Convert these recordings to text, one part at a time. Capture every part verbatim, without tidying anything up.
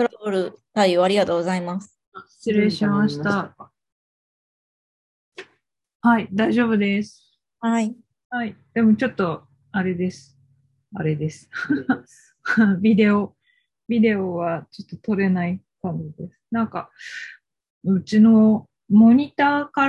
トラブル対応ありがとうございます。 失礼しました。はい、大丈夫です。 はい。 はい。でもちょっと、あれです。あれです。ビデオ、ビデオはちょっと撮れない感じです。なんか、うちのモニターから、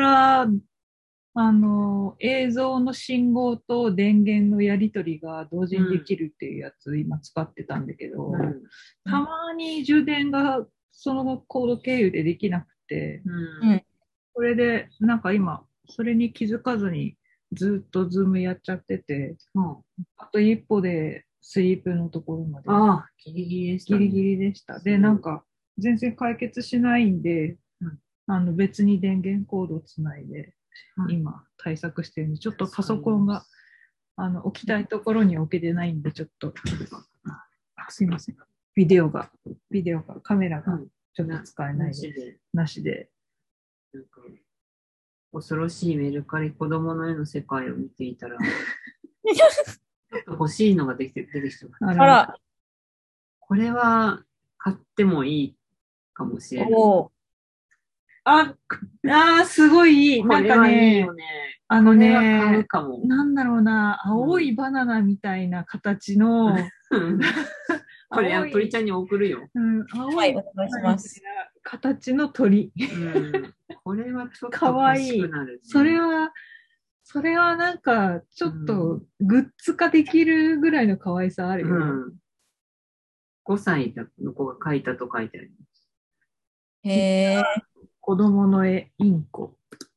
あの、映像の信号と電源のやり取りが同時にできるっていうやつ、今使ってたんだけど、 うん、 たまに充電がそのコード経由でできなくて、 うん、 これで、なんか今、それに気づかずにずっとズームやっちゃってて、 うん、 あと一歩でスリープのところまで。 ああ、ギリギリでした、 ね。ギリギリでした。で、なんか、全然解決しないんで、うん、あの別に電源コードをつないで、今対策してるんで、ちょっとパソコンがあの置きたいところに置けてないんで、ちょっと、すいません。ビデオが、ビデオが、カメラがちょっと使えないです。なしで。なしで。 なんか恐ろしいメルカリ子供の絵の世界を見ていたら、ちょっと欲しいのができて出てきてます。 あら。 これは買ってもいいかもしれない。 あ、あすごいいい。なんかね、 いいよねあのね、 買うかも。 なんだろうな、青いバナナみたいな形の、 これ、鳥ちゃんに送るよ。 うん、青いバナナみたいな形の鳥。 うん、これはちょっとかわいい。それは、それはなんか、ちょっとグッズ化できるぐらいの可愛さあるよ。うん、 ごさいの子が描いたと書いてあります。 へー。 子供の絵、インコ。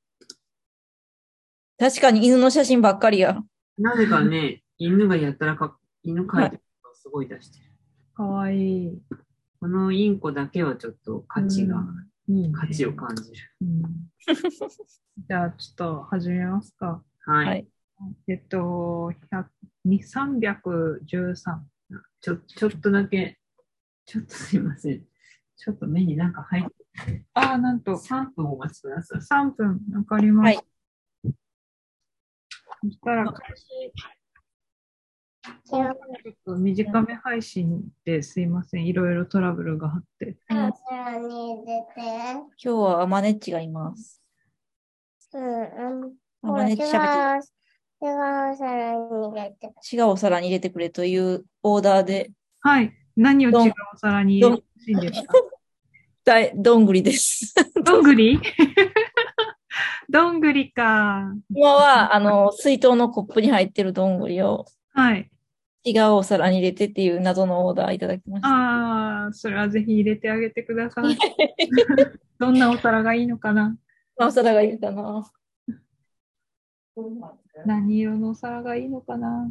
確かに犬の写真ばっかりや。 なぜかね、犬がやったらか、犬描いてるのすごい出してる。 かわいい。 このインコだけはちょっと価値が、いいね、価値を感じる。うん、 じゃあ、ちょっと始めますか。 はい。 えっと、さんびゃくじゅうさん。 ちょ、ちょっとだけ、ちょっとすいません。ちょっと目になんか入って。 ああ、なんと。 さんぷんお待ちください。 さんぷん、わかりました。はい、そしたら、開始。ちょっと短め配信ですいません。いろいろトラブルがあって。うん、 今日はアマネッチがいます。 うん、 アマネッチしゃべって。違うお皿に入れて。違うお皿に入れてくれというオーダーで。 はい。何を違うお皿に入れてほしいんですか？ どんぐりです。 どんぐりどんぐりか。 今は、あの、水筒のコップに入ってるどんぐりを。 はい。 違うお皿に入れてっていう謎のオーダーいただきました。 ああ、それはぜひ入れてあげてください。どんなお皿がいいのかな？ お皿がいいかな。 何色のお皿がいいのかな？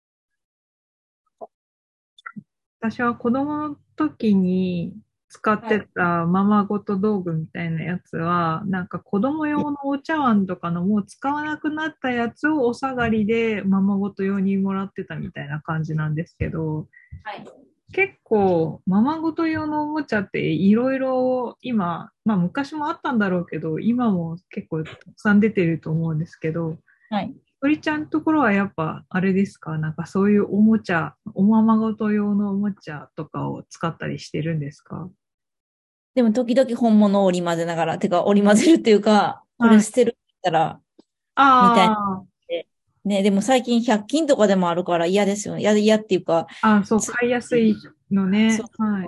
私は子供の時に使ってたままごと道具みたいなやつは、なんか子供用のお茶碗とかのもう使わなくなったやつをお下がりでままごと用にもらってたみたいな感じなんですけど、はい、結構ままごと用のおもちゃっていろいろ今、まあ昔もあったんだろうけど、今も結構たくさん出てると思うんですけど、 はい。 鳥ちゃんのところはやっぱあれですか、なんかそういうおもちゃ、おままごと用のおもちゃとかを使ったりしてるんですか？ でも時々本物を織り交ぜながら、てか織り交ぜるっていうか、これ捨てるって言ったら、 あみたいな。ね、でも最近ひゃく均とかでもあるから嫌ですよね。嫌で嫌っていうか。 ああ、そう、買いやすいのね。はい。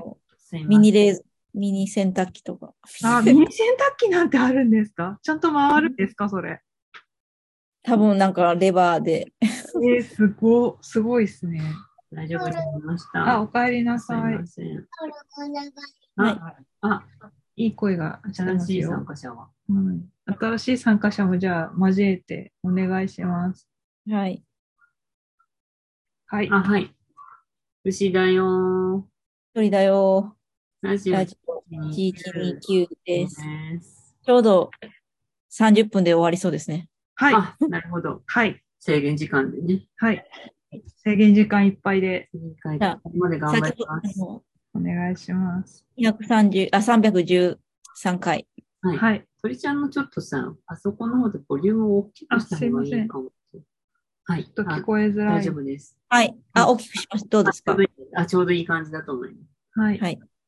ミニレーズ、ミニ洗濯機とか。 あ、ミニ洗濯機なんてあるんですか？ちゃんと回るんですか、それ。 多分なんかレバーで。 えー、すご、すごいですね。 大丈夫になりました。 あ、お帰りなさい。 すいません。 あ、あ、いい声が新しい参加者は、 うん。新しい参加者もじゃあ交えてお願いします。 はい。 はい。あ、はい。牛だよ。 鳥だよ。 ラジオいちいちにきゅうです。ちょうどさんじゅっぷんで終わりそうですね。 はい。 あ、なるほど。 はい。 制限時間でね。 はい。制限時間いっぱいで。 じゃあ、ここまで頑張ります。 お願いします。 にひゃくさんじゅう、あ、さんびゃくじゅうさんかい。 はい。はい。鳥ちゃんのちょっとさ、パソコンの方でボリュームを大きくした方がいいかも。はい。 ちょっと聞こえづらい。 大丈夫です。 はい。あ、大きくしました。どうですか？ あ、ちょうどいい感じだと思います。 はい。 はい。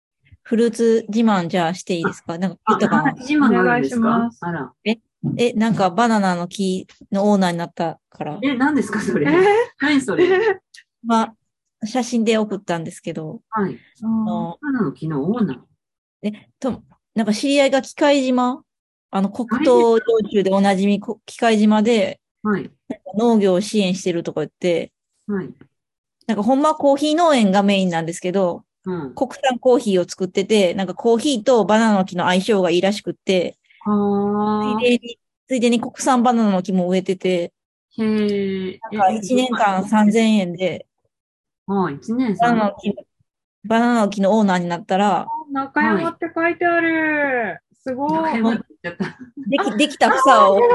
フルーツ自慢じゃあしていいですか？なんか言あ、 ったかな？ 自慢があるんですお願いしますか？あら。 え、なんかバナナの木のオーナーになったから。 え、何ですかそれ。 え何それ。 まあ、写真で送ったんですけど、 はい。 あのバナナの木のオーナー。 え、と、なんか知り合いが喜界島、あの、黒はい。 糖焼酎でおなじみ、こ喜界島ではい。 農業を支援してるとか言って、 はい。 なんかほんまはコーヒー農園がメインなんですけど、 うん。 国産コーヒーを作ってて、なんかコーヒーとバナナの木の相性がいいらしくって、ついはあ。 でに、ついでに国産バナナの木も植えてて、 へえ。え、 なんかいちねんかんさんぜんえんで、 はい。一年バさん。 ナナの木、バナナの木のオーナーになったら、 中山って書いてある。すごい。 中山って言っちゃった。 でき、できた草を、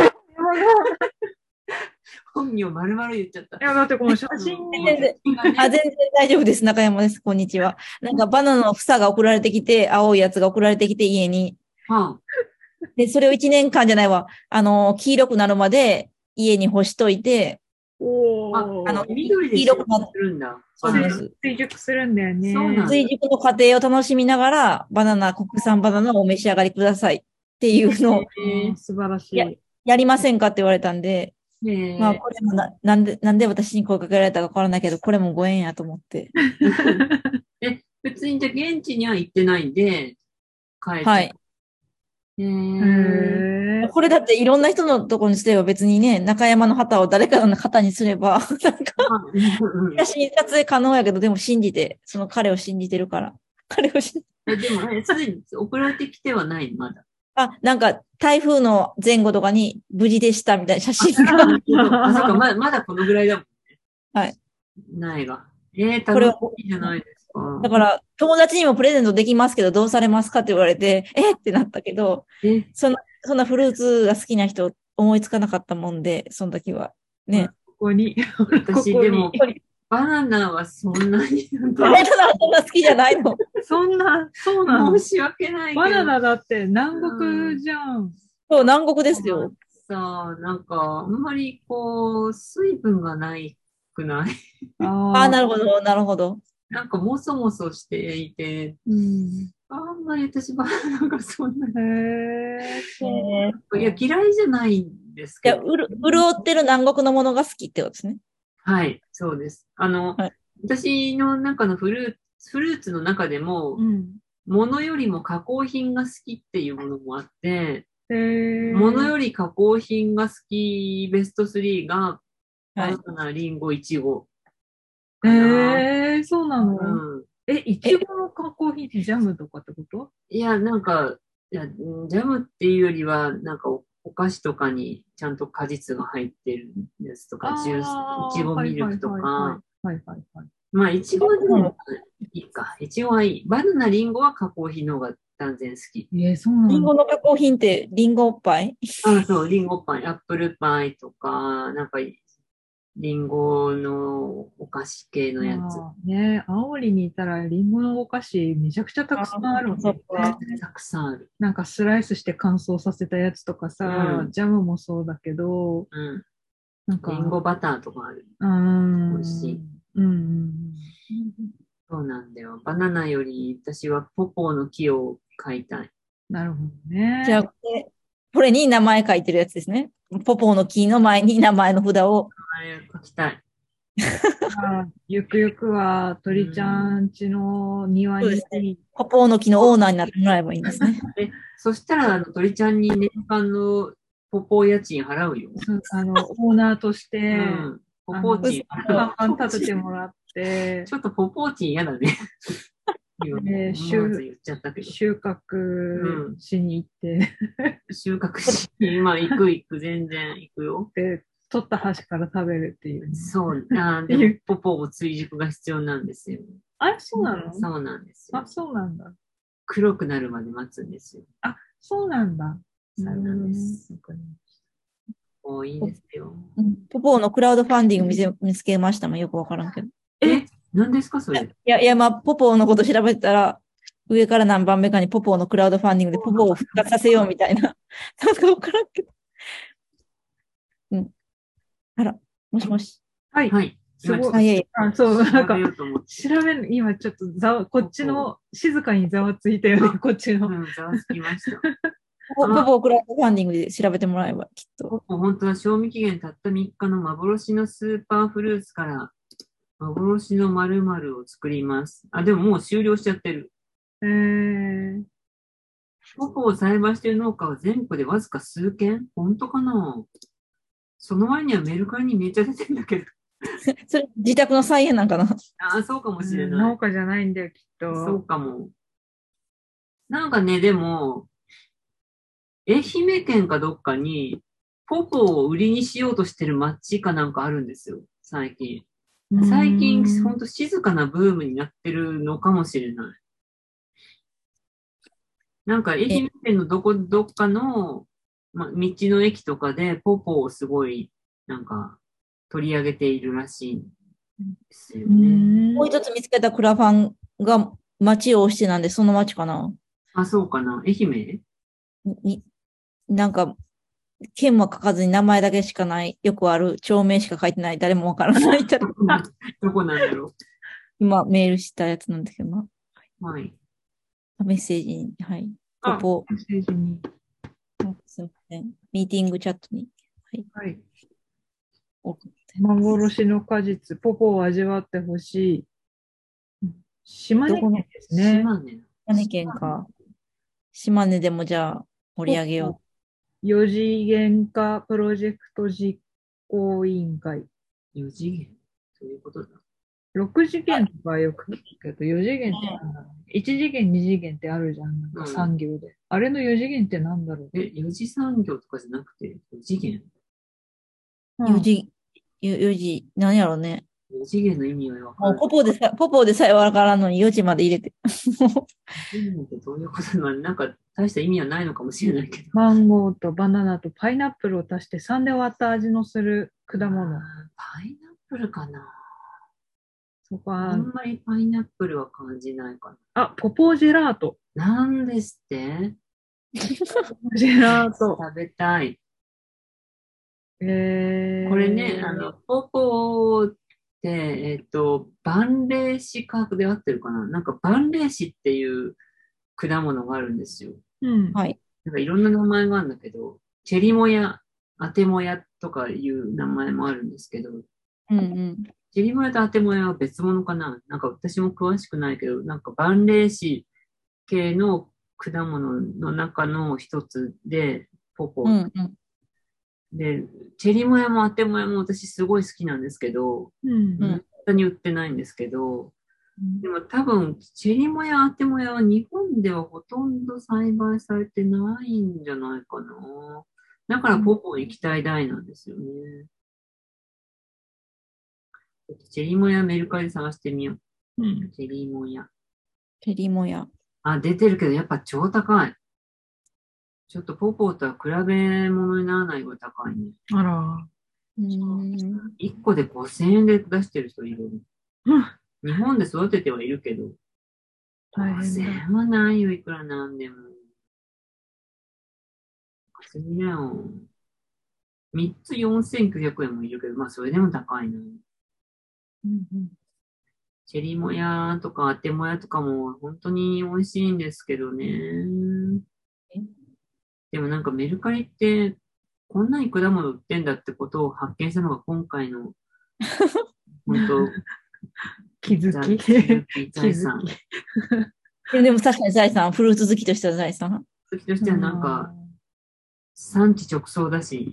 本名丸々言っちゃった。 いや、だってこの写真全に、 然、あ、全然大丈夫です。中山です。こんにちは。なんかバナナの房が送られてきて、青いやつが送られてきて家に。 はで、それをいちねんかんじゃないわ。あの、黄色くなるまで家に干しといて、 おあ、 ーあの、 緑で黄色くなっするんだ。 そうなんです。 追熟するんだよね。 そうなんだ追熟の過程を楽しみながら、バナナ、国産バナナをお召し上がりくださいっていうのをへあー素晴らしいやい。 やりませんかって言われたんで、 え。へまあ、 え。 これもな、なんで、なんで私に声かけられたかわからないけど、これもご縁やと思って。 え、別にじゃあ現地には行ってないんで、帰って。 はい。 へえ。 へーこれだっていろんな人のところにすれば別にね、中山の旗を誰かの旗にすれば、なんか、 うんうん写真撮影可能やけど、でも信じて、その彼を信じてるから。彼を信じえ、でも、え、すでに送られてきてはないのまだ。 あ、なんか、台風の前後とかに無事でしたみたいな写真が。 あ、そっか、まだ、まだこのぐらいだもんね。 はい。 ないが。えー、 これ楽しいじゃないですか。 だから、友達にもプレゼントできますけど、どうされますかって言われて、えってなったけど、 え、 そんな、そんなフルーツが好きな人思いつかなかったもんで、その時は。ね。 ここに。 私ここにでも、バナナはそんなに、 バナナそんな好きじゃないの。 そんな、そうなの。 申し訳ないけど。 バナナだって南国じゃん。 そう、南国ですよ。 さあ、なんか、あんまりこう、水分がないくないあああ、なあ、 るほど、なるほど。 なんか、もそもそしていて、 うん。 あんまり私バナナがそんなに。 へえ、そう。 えーいや、嫌いじゃないんですいや、 けど。 うる、潤ってる南国のものが好きってことですね。 はい、そうです。あの、 はい私の中のフルーツ、フルーツの中でも、 うん。 ものよりも加工品が好きっていうものもあって、 へえ。 ものより加工品が好きベストスリーが、 はいバナナ、リンゴ、イチゴかな。 へえ、そうなの。 うん。 え、いちごの加工品ってジャムとかってこと？ いや、なんか、いや、ジャムっていうよりは、なんかお、お菓子とかにちゃんと果実が入ってるやつとか、ジュース、いちごミルクとか、 はいはいはいはい。 まあ、いちごでもいいか。いちごはいい。バナナ、リンゴは加工品の方が断然好き。 えー、そうなの。 リンゴの加工品ってリンゴおっぱい？ あ、そう、リンゴパイ、アップルパイとか、なんか、リンゴのお菓子系のやつ。 あーね、青森にいたらリンゴのお菓子めちゃくちゃたくさんあるもんそっね。 か。 たくさんある。 なんかスライスして乾燥させたやつとかさ、 うんジャムもそうだけど、 うん。 なんか、 リンゴバターとかある。 うーん。 美味しい。 うんうんそうなんだよ。バナナより私はポポーの木を買いたい。 うん。なるほどね。 じゃあ、これこれに名前書いてるやつですね。ポポーの木の前に名前の札を。 あれ書きたい。 あゆくゆくは鳥ちゃん家の庭にそうです、ね。ポポーの木のオーナーになってもらえばいいんですね。 え、そしたら、あの、鳥ちゃんに年間のポポー家賃払うよ。 そうあのオーナーとして、 うん。ポポーチン。 看板立ててもらって、 ちょっとポポーチン嫌だね。今ね思わず言っちゃったけど。 収穫しに行って、 収穫し、今行く行く、全然行くよ。 で、取った端から食べるっていうね。 そう。あーでも、ポポも追熟が必要なんですよ。 あれ、そうなの？ そうなんですよあ、。そうなんだ。 黒くなるまで待つんですよ。 あ、そうなんだ。 そうなんでなす。 るほどね。 もういいですよ。 うんポポーのクラウドファンディング見せ見つけましたもん。よくわからんけど。 え、何ですかそれ。 いや、いや、まあ、ポポーのこと調べてたら、上から何番目かにポポーのクラウドファンディングでポポーを復活させようみたいな。なんかわからんけど。うん。あら、もしもし。 はい。 はい。 すごい。 あ、いやいや。 あ、そう、なん調かべようと思って。 調べる、今ちょっとざわ、こっちの静かにざわついたよね、こっちの。 うん、ざわつきました。 ポポポクラウドファンディングで調べてもらえば、きっと。 ポポ、本当は賞味期限たったみっかの幻のスーパーフルーツから幻の〇〇を作ります。あ、でももう終了しちゃってる。 えー、 ポポを栽培している農家は全国でわずか数軒。本当かな。その前にはメルカリにめっちゃ出てんだけど。 それ、自宅の菜園なんかな。 ああ、そうかもしれうんない。 農家じゃないんだよ、きっと。 そうかも。なんかね、でも、愛媛県かどっかに、ポポを売りにしようとしてる町かなんかあるんですよ、最近。最近、ほんと静かなブームになってるのかもしれない。なんか、愛媛県のどこ、どっかの、ま、道の駅とかで、ポポをすごい、なんか、取り上げているらしいんですよね。 もう一つ見つけたクラファンが町を押してなんで、その町かな。 あ、そうかな。愛媛になんか、県は書かずに名前だけしかない、よくある町名しか書いてない、誰もわからない。 どこなんどこなんだろ今、メールしたやつなんですけど、まう。はい。 あ、メッセージに、はい。ポあ、 ポ、 メッセージに。 すみません。ミーティングチャットに、はい、 はい。 送ってます。 幻の果実、ポポを味わってほしい。島根県ですね。 島根。 島根県か。島根でもじゃあ盛り上げよ四次元化プロジェクト実行委員会。 四次元そういうことだ。 六次元とかよく聞くけど、四次元ってなんだろう。一次元、二次元ってあるじゃん。なんか産業で。あれの四次元ってなんだろう。 え、四次産業とかじゃなくて、四次元う。 うん四次、よ四次、何やろうね。 四次元の意味はわかもうんない。 ポポでさ、ポポでさえわからんのによじまで入れて。 四次元ってどういうことなのなんか大した意味はないのかもしれないけど。 マンゴーとバナナとパイナップルを足してさんで割った味のする果物。 あーパイナップルかな。 そこはあん、まりパイナップルは感じないかあ、ポポジェラート。 な。なんですってポポジェラート。 食べたい。 えー、 これね、あの、ポポって、えっと、万霊子科で合ってるかななんか万霊子っていう果物があるんですよ。 うん。 はい。 なんかいろんな名前があるんだけど、チェリモヤ、アテモヤとかいう名前もあるんですけど、 うんうん。 チェリモヤとアテモヤは別物かななんか私も詳しくないけど、なんか万霊子系の果物の中の一つで、ポポ。 うんうん。 で、チェリモヤもアテモヤも私すごい好きなんですけど、 うん。 うんめったに売ってないんですけど、でも多分、チェリモヤ、アテモヤは日本ではほとんど栽培されてないんじゃないかな。だからポポ行きたい大なんですよね。チェリモヤメルカリで探してみよう。 うん。 チェリモヤ。 チェリモヤ。 あ、出てるけどやっぱ超高い。ちょっとポポとは比べ物にならないぐらい高いね。 あら。 うーん。 いっこでごせんえんで出してる人いる。 うん。 日本で育ててはいるけど、 大 5000 変だ。 円はないよ、いくらなんでも。高すぎだよ。みっつよんせんきゅうひゃくえんもいるけど、まあそれでも高いな。 うんうん。 チェリモヤとかアテモヤとかも本当に美味しいんですけどね。でもなんかメルカリってこんなに果物売ってんだってことを発見したのが今回の本当気づ財き。 気財産。 でもでも確かに財産、フルーツ好きとしては財産。 時としてはなんか産地直送だし、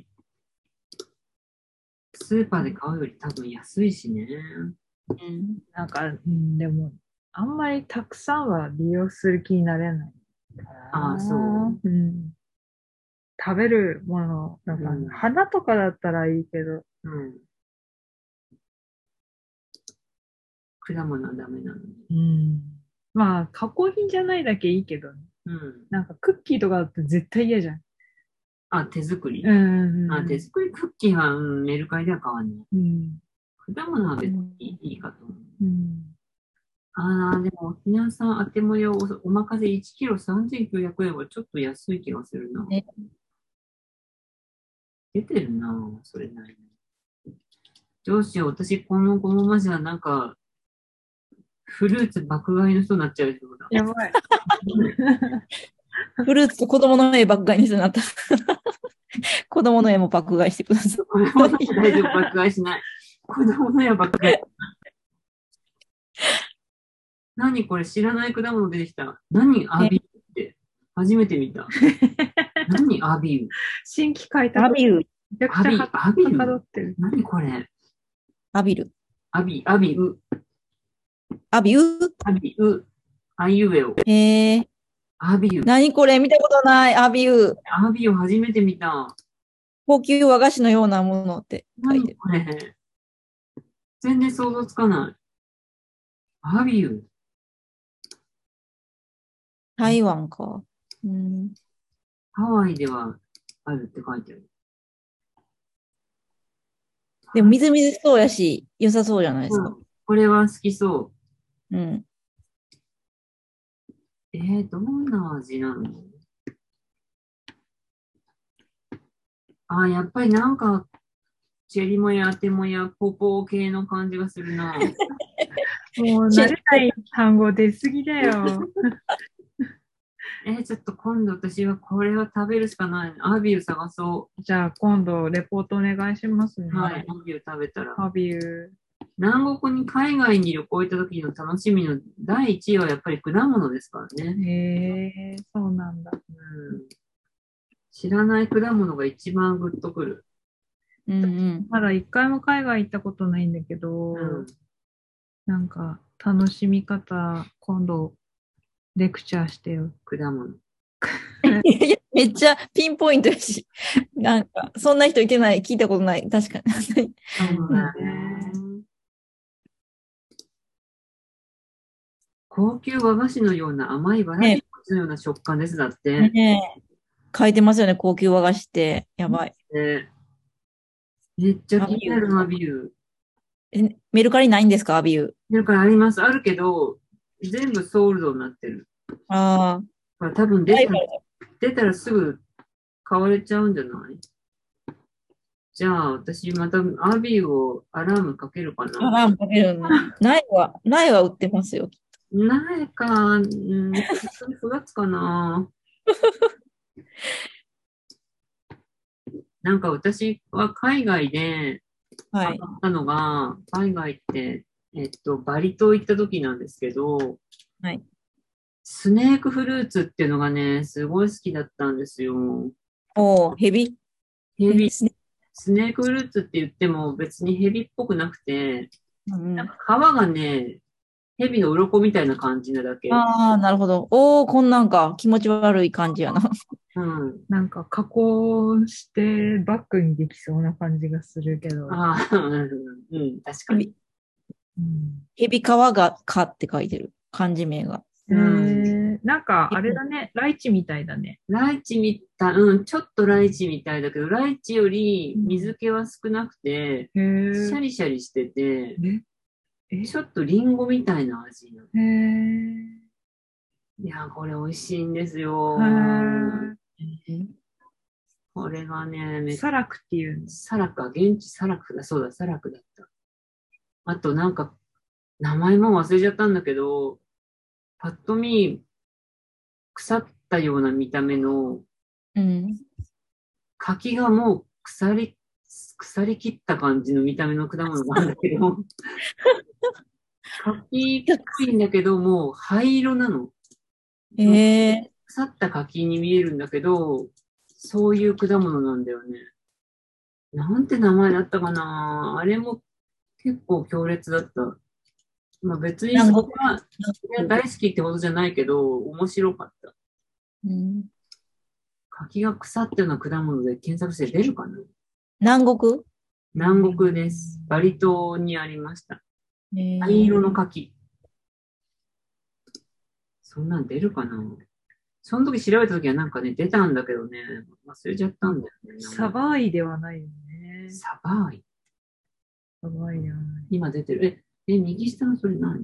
スーパーで買うより多分安いしね。 うん。 なんか、うん、でも、あんまりたくさんは利用する気になれないから。 ああそううん。食べるもの、なんか、 うん花とかだったらいいけど、 うん。果物はダメなのに。 うん。まあ、加工品じゃないだけいいけどね。 うん。 なんか、クッキーとかだって絶対嫌じゃん。 あ、手作り。 うん。 あ、手作りクッキーは、うん、メルカリでは買わない。 うん。 果物は別にいいかと思う。 うん。 ああ、でも沖縄産あてもよお、おまかせいちキロさんぜんきゅうひゃくえんはちょっと安い気がするな。 ね出てるな、それなりに。 どうしよう。私、このこのままじゃ、なんか、フルーツ爆買いの人になっちゃうようだ。 やばい。 フルーツと子供の絵爆買いになった。子供の絵も爆買いしてください。 これも大丈夫、爆買いしない。子供の絵は爆買い。何これ、知らない果物出てきた。何アビウって。初めて見た。何アビウ。 新規開拓。 アビウ。 めちゃくちゃはアビウかどってる。 何これ。 アビル。 アビ、アビウ。 アビウアビウ。あいうえお。 へえ。 アビウ。 何これ見たことない。アビウ。 アビウ初めて見た。 高級和菓子のようなものって書いてる。 何これ。全然想像つかない。アビウ。 台湾か。うん、 ハワイではあるって書いてある。 でもみずみずしそうやし、良さそうじゃないですか。 うん、これは好きそうん。 う。えー、どんな味なの？あ、やっぱりなんか、チェリモやアテモやポポー系の感じがするな。 もう慣れない単語出すぎだよ。 えー、ちょっと今度私はこれを食べるしかない。アビュー探そじゃあ今度レポートお願いしますね。 う。はい、アビュー食べたら。 アビュー。 南国に海外に旅行行った時の楽しみの第一位はやっぱり果物ですからね。 へえー、そうなんだ。 うん、知らない果物が一番グッとくる。 うんうん。 まだ一回も海外行ったことないんだけど、 うん、 なんか楽しみ方、今度レクチャーしてよ。 果物。 いやめっちゃピンポイントやし、なんか、そんな人いてない、聞いたことない。確かに。 そうだね。高級和菓子のような甘いわらび餅のような食感です。だって。 ねえ。書いてますよね、高級和菓子って。やばい。 ね、めっちゃ気になるアビュー。 え、メルカリないんですか、アビュー。 だからあります。あるけど、全部ソールドになってる。 あまあ、多分あ。 出たら、出たらすぐ買われちゃうんじゃないじゃあ、私またアビューをアラームかけるかアな。 ラームかけるの。苗は、苗は売ってますよ。 ないか、うん、ふがつかな。なんか私は海外ではい。 買ったのが、海外って、えっと、バリ島行った時なんですけど、 はい。 スネークフルーツっていうのがね、すごい好きだったんですよ。 おー、ヘビ。 ヘビ、 ですね。 スネークフルーツって言っても別にヘビっぽくなくて、 うんうん、 なんか皮がね、ヘビの鱗みたいな感じなだけ。 ああ、なるほど。おー、こんなんか気持ち悪い感じやな。 うん。 なんか加工してバッグにできそうな感じがするけど。 ああ、うん、うん、確かに。 ヘビ、 うんヘビ皮がかって書いてる。漢字名が。 へーなんかあれだね、ライチみたいだね。 ライチみたい、うん、ちょっとライチみたいだけど、ライチより水気は少なくて、 へシーャリシャリしてて、 えちょっとリンゴみたいな味なの。 へーいや、これ美味しいんですよ。 へーこれがね、めっちゃサラクっていうの。 サラク、あ現地サラクだ、そうだ、サラクだった。あとなんか、名前も忘れちゃったんだけど、パッと見、腐ったような見た目の、 うん。 柿がもう腐り、腐りきった感じの見た目の果物なんだけど、柿っぽいんだけど、もう灰色なの。 ええ腐った柿に見えるんだけど、そういう果物なんだよね。なんて名前だったかな。あれも結構強烈だった。まあ別にそれ南国。 はそれは大好きってことじゃないけど、面白かった。 うん、 柿が腐ったような果物で検索して出るかな。 南国。 南国です。バリ島にありました。 え灰色のー、 柿。そんなん出るかな。その時調べた時はなんかね、出たんだけどね、忘れちゃったんだよね。 サバーイではないよね。 サバイ。 サバーイではない。 今出てる。え、え、右下のそれ何？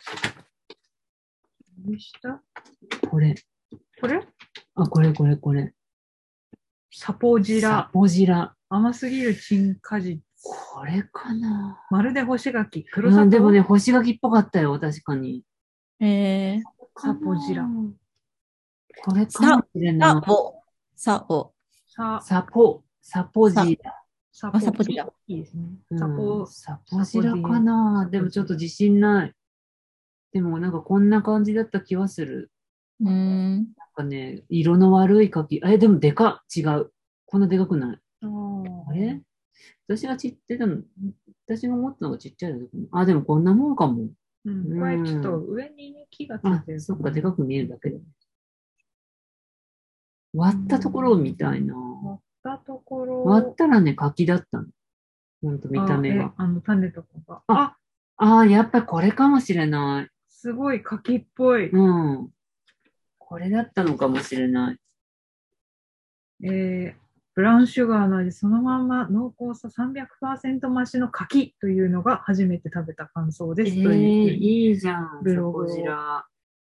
右下これ。 これあ、これこれこれ。 サポジサラ。 ポジラ。 甘すぎるチンカジ。 ここれかな。 まるで干し柿。黒うん、 砂糖。 でもね、干し柿っぽかったよ、確かに。 えー、 サポジラ。 これかもしれサない。 オ、サオ、 サ、 サポ、サポジラ。 サあ、サポジラ。 いいですね。 うんサポ、 サポジラかな。でもちょっと自信ない。でもなんかこんな感じだった気はする。 うーん。 なんかね、色の悪い柿。え、でもでかっ。違う。こんなでかくない。 ああれ私がちってたの、私が思ったのがちっちゃいだけかな。あ、でもこんなもんかも。 うん、これちょっと上に木がついあて、る。 そっか、でかく見えるだけで。割ったところを見たいな。 割ったところ。 割ったらね、柿だったの。ほんと見た目あえが。 あの種とかが。 ああ、 ああ、やっぱこれかもしれない。 すごい柿っぽい。 うん。これだったのかもしれない。 えー、ブラウンシュガーの味そのまんま濃厚さ さんびゃくパーセント 増しの柿というのが初めて食べた感想です。 えー、 というふうにいいじゃん、 ブログをサポジラ。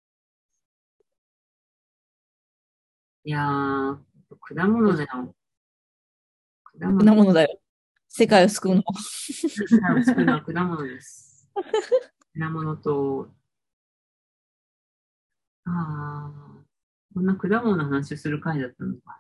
いやー、果物だよ。果果物。 物だよ。世界を救うの。 世界を救うのは果物です。果物と、ああ、こんな果物の話をする回だったのか。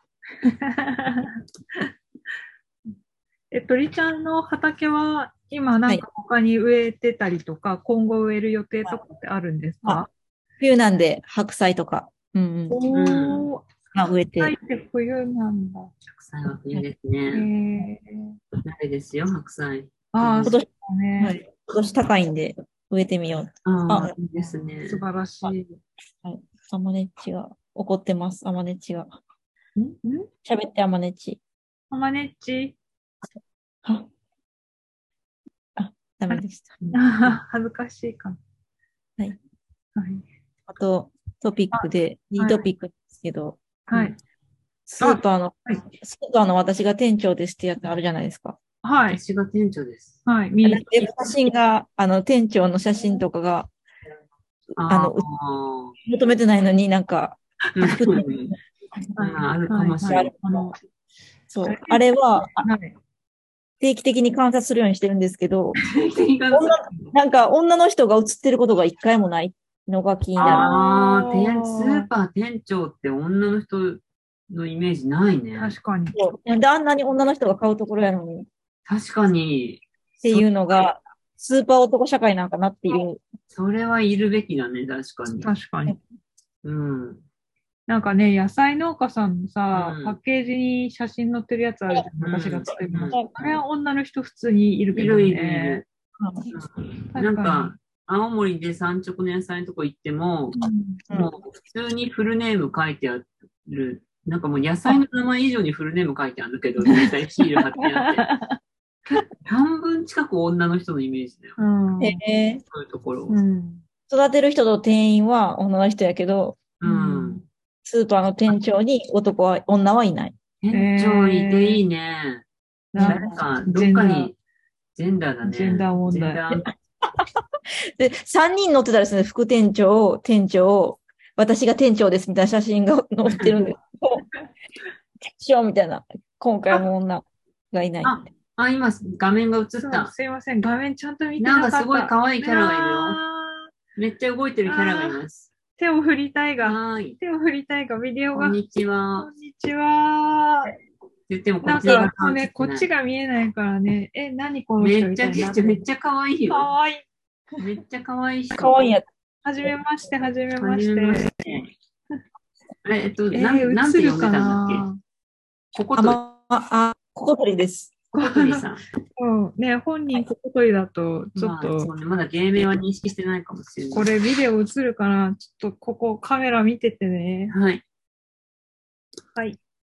え、鳥ちゃんの畑は今なんか他に植えてたりとか、今後植える予定とかってあるんですか？ 冬なんで白菜とか、うんうん、 おー、 まあ、植えて。 白菜って冬なんだ。 白菜は冬ですえね。 ー、 ないですよ、白菜。 ああ、 今年そうだはね。 い、今年高いんで植えてみよう。 ああ、 あいいですね。 素晴らしい。 はい、アマネッチが怒ってます。アマネッチが。 んん喋ってアマネッチ。 アマネッチ。 はあ、ダメでした。 あー恥ずかしいかな。 はい。 はい。 あと、トピックで、いいトピックですけど、 はい。 スーパーの、 はい。 スーパーの私が店長ですってやつあるじゃないですか。 はい。 私が店長です。 はい。 あみの写真が、あの、店長の写真とかが、あの、 ああ、 求めてないのになんか、 うん作ってうんああるかもしれない。 はいはいあの、 そう。あれは、あはい。 定期的に観察するようにしてるんですけど、 定価女なんか女の人が写ってることが一回もないのが気になる。 ああ、 あー店スーパー店長って女の人のイメージないね。 確かに。 そうなんであんなに女の人が買うところやのにっ確かに。 ていうのが、スーパー男社会なんかなっていう。 それはいるべきだね、確かに。 確かに。 うん。 なんかね、野菜農家さんのさ、 うんパッケージに写真載ってるやつあるじゃん。 うん私が作りましうた。あれは女の人普通にいるけどいるいるいねる。。うんかになんか、青森で産直の野菜のとこ行っても、 うんもう普通にフルネーム書いてある。なんかもう野菜の名前以上にフルネーム書いてあるんだけど、実際シール貼ってあって。半分近く女の人のイメージだよ。 うん。 へえそういうところ。 うん。 育てる人と店員は女の人やけど、 うん。 スーパーの店長に男は、女はいない。 店長いていいね。 ななんか、どっかに、ジェンダーだね。 ジェンダー問題ジェンダーで、三人載ってたらですね、副店長、店長、私が店長ですみたいな写真が載ってるんですけど、店長みたいな、今回も女がいない。 ああ、今、画面が映っそうた。 すいません。画面ちゃんと見てなかった。 なんかすごい可愛いキャラがいるよ。 あめっちゃ動いてるキャラがいます。 ー手を振りたいが、 はーい。 手を振りたいが、ビデオが。 こんにちは。 こんにちは。 言ってもこなんっちがか、そうね、こっちが見えないからね。え、何このめっちゃ人みたいな。 ちっちゃい、めっちゃ可愛いかよ。 わいい。 めっちゃ可愛い人。 可愛いやつ。 はじめまして、はじめまはじし。 めましてて。え、えっと、 えなん、 ー、 なんて読んで映るかたんだっなけここと、 あま、あ、ここ鳥です。 こことりさん。 うん。ね、本人こことりだと、ちょっまあ、 と、 そうね、まだ芸名は認識してないかもしれない。 これビデオ映るかなちょっとここカメラ見ててね。 はい。 はい。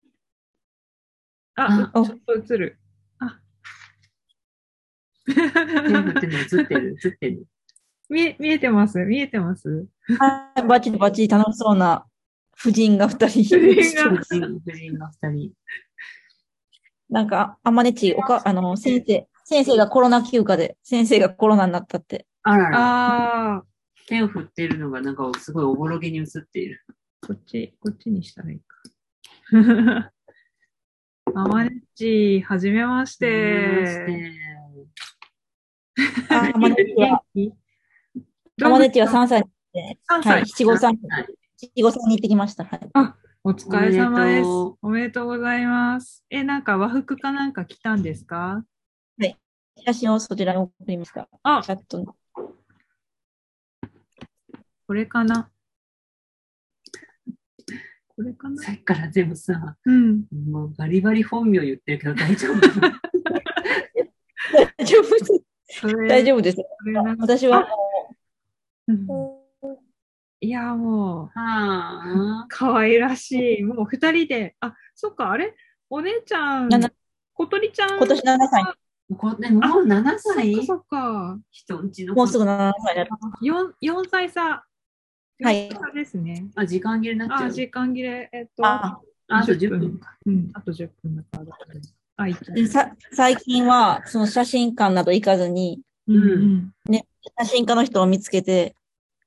あ、 あうちょっと映る。あ。 手振ってるの映ってる映ってる。 見え、見えてます見えてますはい、バチバチ楽しそうな婦人が二人。 婦人が夫人、夫人が二人。 なんか、あまねち、おか、あの、先生、先生がコロナ休暇で、先生がコロナになったって。 あらら。 ああ、 手を振っているのがなんかすごいおぼろげに映っている。 こっち、こっちにしたらいいか。あまねっち、はじめましはじめまて。 してマネチは、 元気マネチはさんさいで、 さんさいはい、七五三、 はい七五三に行ってきました。はい。 あ、お疲れ様です。 おおめでとうございます。え、なんか和服かなんか着たんですか？ 写真をそちらに送りました。 あ、 チャットに。 これかなこれかなさっきからでもさ、 うん。 もうバリバリ本名言ってるけど大丈夫大丈夫です。 それ、 大丈夫です。 それなんか私はあうんいや、もう、 はあ。 可愛らしい。もう二人で、あ、そっか、あれお姉ちゃん、 なな小鳥ちゃん。 今年ななさい。 これもうななそっさいかそっか。 人んちのもうすぐななさいになる。 よん、よんさい差。 はいよんさい差ですね。 あ、時間切れになっちゃあ、 う。 時間切れ、えっと、 あああとじゅっぷんか。 うん、あとじゅっぷんだから。あ、いっちゃうでさ最近は、その写真館など行かずに、 うんうん。 写真家の人を見つけて、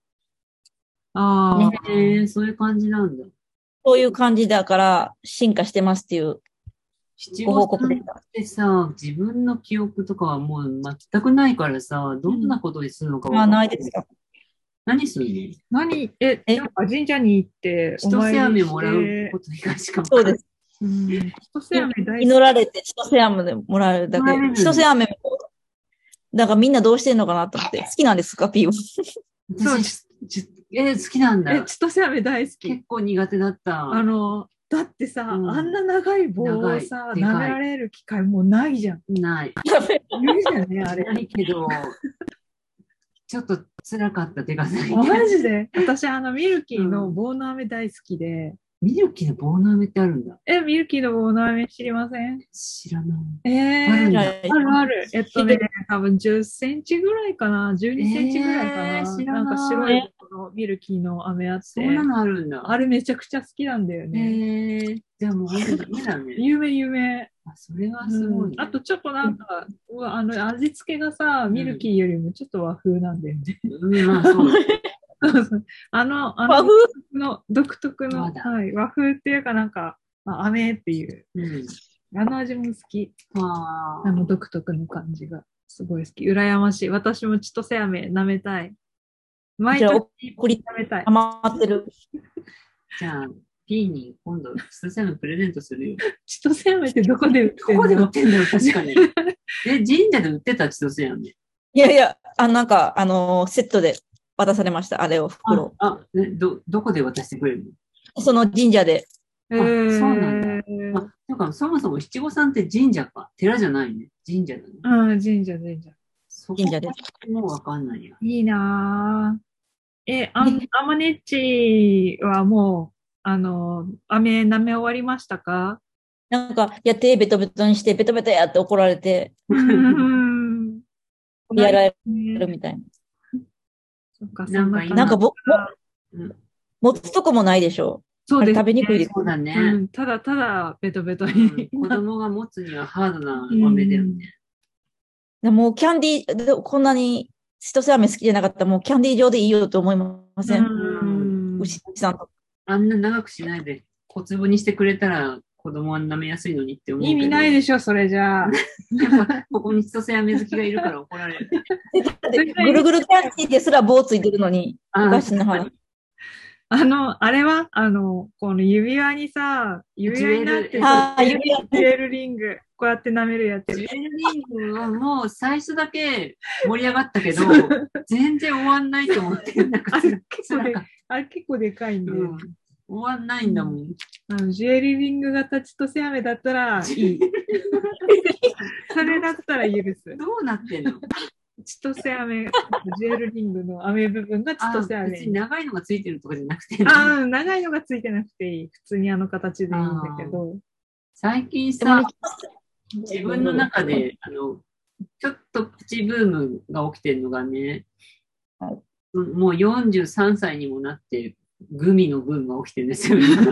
ああ、 ねへえそういう感じなんだ。 そういう感じだから進化してますっていうご七五三っ報告でした。 てさ、自分の記憶とかはもう全くないからさ、どんなことにするのかわあ、 かんないですか。 何するの何え、 えなんか神社に行って、お千歳参りし飴もらうてこ、と以外しかそうです。 うん、千歳飴大好祈られて、千歳飴でもらえるだけもらえる。 千歳飴も、だからみんなどうしてんのかなと思って。好きなんですか、ピーは。 私、ちえー好きなんき。え、 だ。 千歳飴大好き。 結構苦手だった。 あの、だってさ、 うんあんな長い棒をさ、 長いでかい舐められる機会もうないじゃん。 ない。 いるじゃんね、あれ。 ないけど、ちょっと辛かった手がない。 マジで私、あの、ミルキーの棒の飴大好きで、 ミルキーの棒の飴ってあるんだ。 え、ミルキーの棒の飴知りません？ 知らない。 えー、 あるんだ。 あるある。えっとね、多分じゅっセンチぐらいかな、じゅうにセンチぐらいかな。 えー知らないなんか白いこのミルキーの飴あって、 そんなのあるんだ。 あれめちゃくちゃ好きなんだよへね。 えー、じゃあもう本当ダメだね。 有名有名。 あ、それはすごい、ねうんあとちょっとなんか、うわあの味付けがさ、ミルキーよりもちょっと和風なんだよね。 うん、まあそうだ。 そうそうあの、あ和の風の独特の、 和だはい、和風っていうかなんか、まあ、飴っていう、 うん。 あの味も好き。 はあの独特の感じがすごい好き。羨ましい。私も千歳飴舐めたい。毎じゃあ、 年送り、 舐めたい。 余ってる。 じゃあ、P に今度、スタセムプレゼントするよ。 千歳飴ってどこで売ってんの？ どこで売ってんだよ、確かに。え、神社で売ってた千歳飴。 いやいや、あの、なんか、あのーセットで渡されました。あれを、袋。 あ、あね、ど、どこで渡してくれるその神社で。 えあそうなんだーのあ、なんかそもそも七五三って神社か。寺じゃないね。神社だね。 うん、神社、神社。 そこ神社でもうわかんないや。 いいなぁ。え、あん、アマネッチはもう、あの、飴舐め終わりましたか？ なんか、やって、ベトベトにして、ベトベトやって怒られて、 うん。 やられねるみたいな。 そっか、 なんか今そなんかぼ、 うん持つとこもないでしょ。 そうですあれ食べにくいです。 そうだね。 うん、ただただベトベトうに。 ん子供が持つにはハードな飴だよね。 でもうキャンディー、でこんなに千歳飴好きじゃなかったら、もうキャンディー状でいいよと思いません？ うん牛さんとか。 あんな長くしないで小粒にしてくれたら子供は舐めやすいのにって思うけど。 意味ないでしょ、それじゃあ。 やっぱここに千歳飴好きがいるから怒られる。 だってぐるぐるキャンディーですら棒ついてるのに、おあかしな話。 あの、あれはあの、この指輪にさ、指輪になってるああ、指輪。 ジュエルリング、こうやって舐めるやつ。 ジュエルリングはもう最初だけ盛り上がったけど、全然終わんないと思って、なんかあれ結構で辛かっ、 あれ結構でかいんたで、 うん終わんないんだもん。 あのジュエルリング型千歳飴だったらいい。それだったら許す。 どうなってんの千歳飴、ジュエルリングの飴部分が千あ歳飴別に長いのがついてるとかじゃなくて、 ああ、長いのがついてなくていい。普通にあの形でいいんだけど。 最近でもねさ、自分の中で、あの、ちょっとプチブームが起きてるのがね、 はいもうよんじゅうさんさいにもなって、グミのブームが起きてるんですよ。今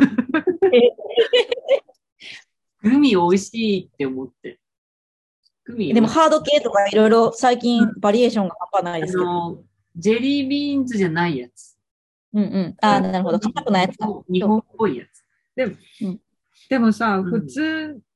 グミ美味しいって思って。グミでもハード系とかいろいろ最近バリエーションが半端ないあですけど。 の、ジェリービーンズじゃないやつ。 うんうん。ああ、なるほど。硬くないやつか。 日本っぽいやつ。 でもさ、 うん普通、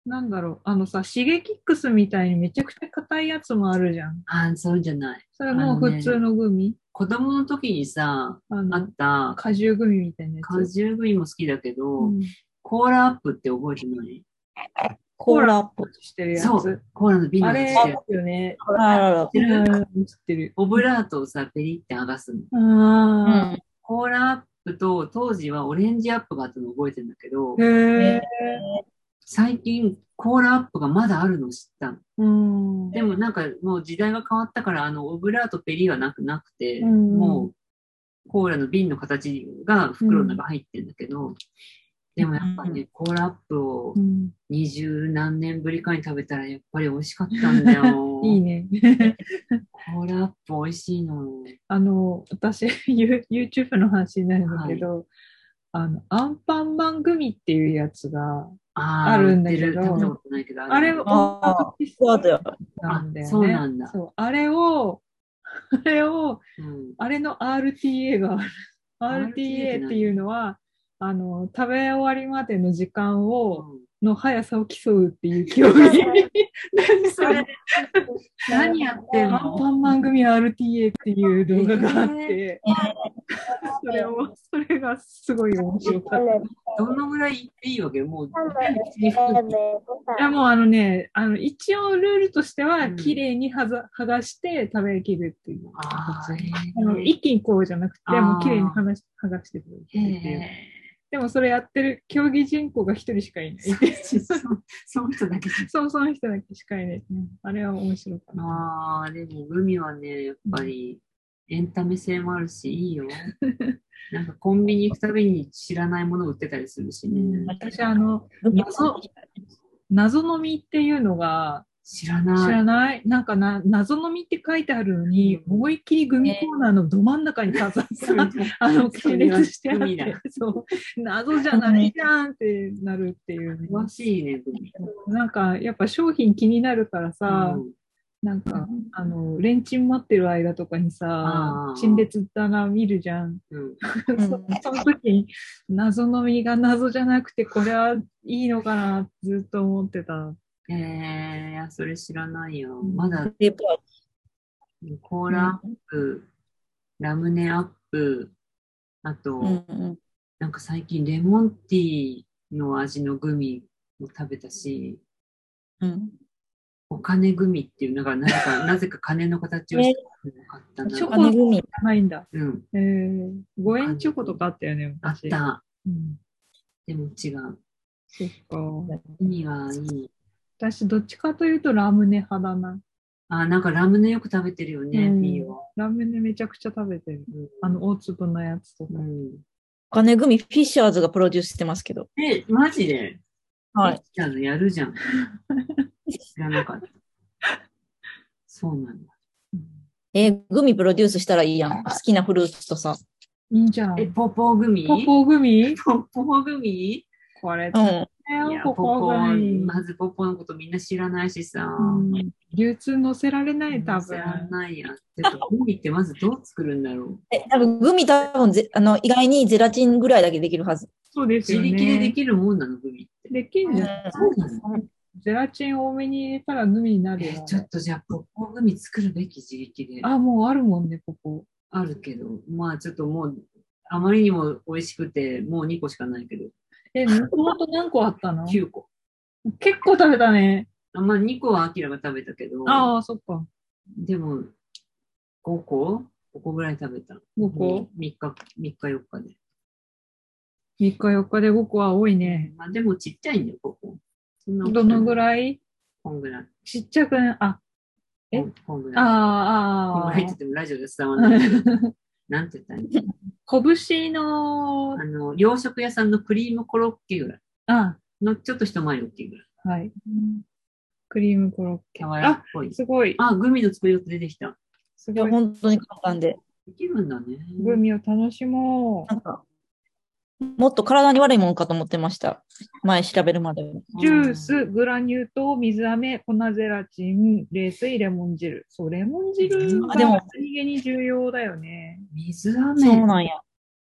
なんだろう、あのさ、シゲキックスみたいにめちゃくちゃ硬いやつもあるじゃん。 ああ、そうじゃない。 それもう普通のグミ、 子供の時にさ、 ああのっ、た、 果汁グミみたいなやつ。 果汁グミも好きだけど、 うん、 コーラアップって覚えてない？ コーラアップ。 してるやつ。 そう、コーラの瓶のあれ、 形してる。 よね。 あらら。 知ってる？ うん知ってる。 オブラートをさ、ペリって剥がすの。 あコーラアップと、当時はオレンジアップがあったの覚えてるんだけどあ、、へえ。 最近コーラアップがまだあるの知ったの。 うん。 でもなんかもう時代が変わったから、あの、オブラートペリはなくなくて、 うんもうコーラの瓶の形が袋の中入ってるんだけど、でもやっぱりね、コーラアップをうん二十何年ぶりかに食べたらやっぱり美味しかったんだよ。 いいね。 コーラアップ美味しいの。 あの、私、ユ YouTube の話になるんだけど、あの、アンパンマングミっていうやつが、 あーあるんだけど売ってる食べたことないけど、 あれ、 る音あ楽ピストあ、そうだよ。 なんだよね。 あそうなんだそう、あれを、あれを、 うん、 あれの アールティーエー がある。 アールティーエー ってアールティーエー っていうのは、あの、食べ終わりまでの時間を、の速さを競うっていう競技。何それ何やってんアンの？ パンマン組 アールティーエー っていう動画があって、それを、それがすごい面白かった。いどのぐらい言っていいわけ？もう、 やもうあのね、あの一応ルールとしては、 うん綺麗にはざ剥がして食べきるっていうあー形。あの一気にこうじゃなくて、 あーもう綺麗に剥がし剥がして食べるっていう。 へでもそれやってる競技人口が一人しかいない。 ーそその人だけ。 そう、その人だけしかいない。あれは面白かった。 ああ、でもグミはね、やっぱりエンタメ性もあるし、いいよ。なんかコンビニ行くたびに知らないもの売ってたりするしね。 私、あの、謎、謎飲みっていうのが、 知らない。 知らないなんかな、謎飲みって書いてあるのに、思いっきりグミコーナーのど真ん中に飾った、あの、陳列してあっグミだて、そう、謎じゃないじゃんってなるっていうね、 詳しいね、グミ。 なんか、やっぱ商品気になるからさ、 うんなんか、あの、レンチン待ってる間とかにさあー、 陳列棚見るじゃん。 うんそその時に、謎飲みが謎じゃなくて、これはいいのかなってずっと思ってた。 えー、いや、それ知らないよ。まだレポーコーラアップ、ラムネアップ、あと、 ト。うんうん。 なんか最近レモンティーの味のグミも食べたし、 うん。 お金グミっていう、なんか、なんかなぜか金の形をしてなかったな。 チョコ金グミ。 ないんだ。 うん、 えー、ごえんチョコとかあったよね、 あっ昔。 た。 うん、 でも違う。 そっか。 意味はいい。 私、どっちかというとラムネ派だな。 あ、なんかラムネよく食べてるよね、 うんピーは。 ラムネめちゃくちゃ食べてる。あの、大粒のやつとか。 うん。 金グミ、フィッシャーズがプロデュースしてますけど。 え、マジではい。 じゃあやるじゃん。知らなかった。そうなんだ。 えーグミプロデュースしたらいいやん。好きなフルーツとさ。 いいんじゃん。 え、ポポーグミポポグミポポーグミこれ、 うん。 いや、 ポポポポグミ。 まずポポのことみんな知らないしさ。 うん流通載せられない、多知ら分。 ないや。てか、グミってまずどう作るんだろう。 え、多分グミ多分ぜ、あの、意外にゼラチンぐらいだけできるはず。 そうですよ自力ででね。 きるもんなの、グミって。 できんじゃん。 そうなの？ ゼラチン多めに入れたらグミになるよ。 えちょっとじゃあ、ポポグミ作るべき自力で。 あ、もうあるもんね、ここ。 あるけど、まあちょっともう、あまりにも美味しくて、もうにこしかないけど、 え、もともと何個あったのきゅうこ。 結構食べたね。 あまあにこはアキラが食べたけど、 ああ、そっか。 でもごこ ?ご 個ぐらい食べた。 ごこ ?みっか、みっかよっかで。 みっかよっかでごこは多いね。 まあでもちっちゃいんだよ、ここ。そんなどのぐいらいこんぐらい。 ちっちゃくね。あ、えこんこんぐらい。 ああ、あこんぐらいって言ってもラジオで伝わらないけど。なんて言ったらいいの拳の、 あの、洋食屋さんのクリームコロッケぐらい。 あ、 のちょっと一回り大きいぐらい。 はい。クリームコロッケ。 柔らかっぽい。 すごい。 あ、グミの作り方出てきた。 いや、 すごい。 本当に簡単で。 できるんだね。 グミを楽しもなんか、もっと体に悪いもんかと思ってました。前調べるまでは。 う。ジュース、グラニュー糖、水飴、粉ゼラチン、冷水、レモン汁。そう、レモン汁があでも何気に重要だよね。 水飴。 そうなんや。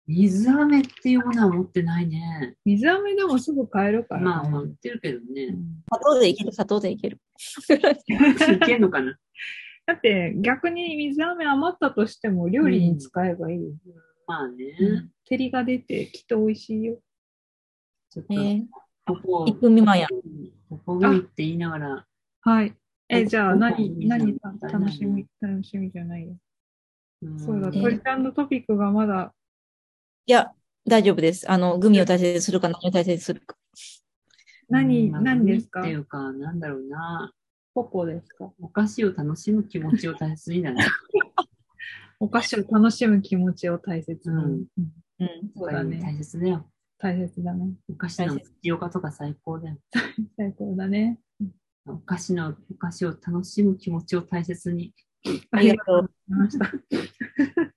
水飴っていうものは持ってないね。 水飴でもすぐ買えるからね。 まあ、まあ、売ってるけどね。 砂糖でいける、砂糖でいける。 いけんのかな。 だって逆に水飴余ったとしても料理に使えばいいよ。 まあね。 うん照りが出てきっと美味しいよ。 ちょっと、 ねここ、 いっぷん未満や。 ここグミって言いながら、 はい。え、じゃあ何、 水飴何食べない楽しみ、楽しみじゃないよ。 うんそうだ、 ね鳥ちゃんのトピックがまだ、 いや、大丈夫です。あの、グミを大切にするか何を大切にするか。 何、 うん何ですかグミっていうか、なんだろうな。 ポポですかお菓子を楽しむ気持ちを大切にだね。 お菓子を楽しむ気持ちを大切に。 うんうんうん。 そうだね。 大切だよ。 大切だね。 お菓子の口岡とか最高だよ。 最高だね。 お菓子の、お菓子を楽しむ気持ちを大切に。 ありがとう。 ありがとうございました。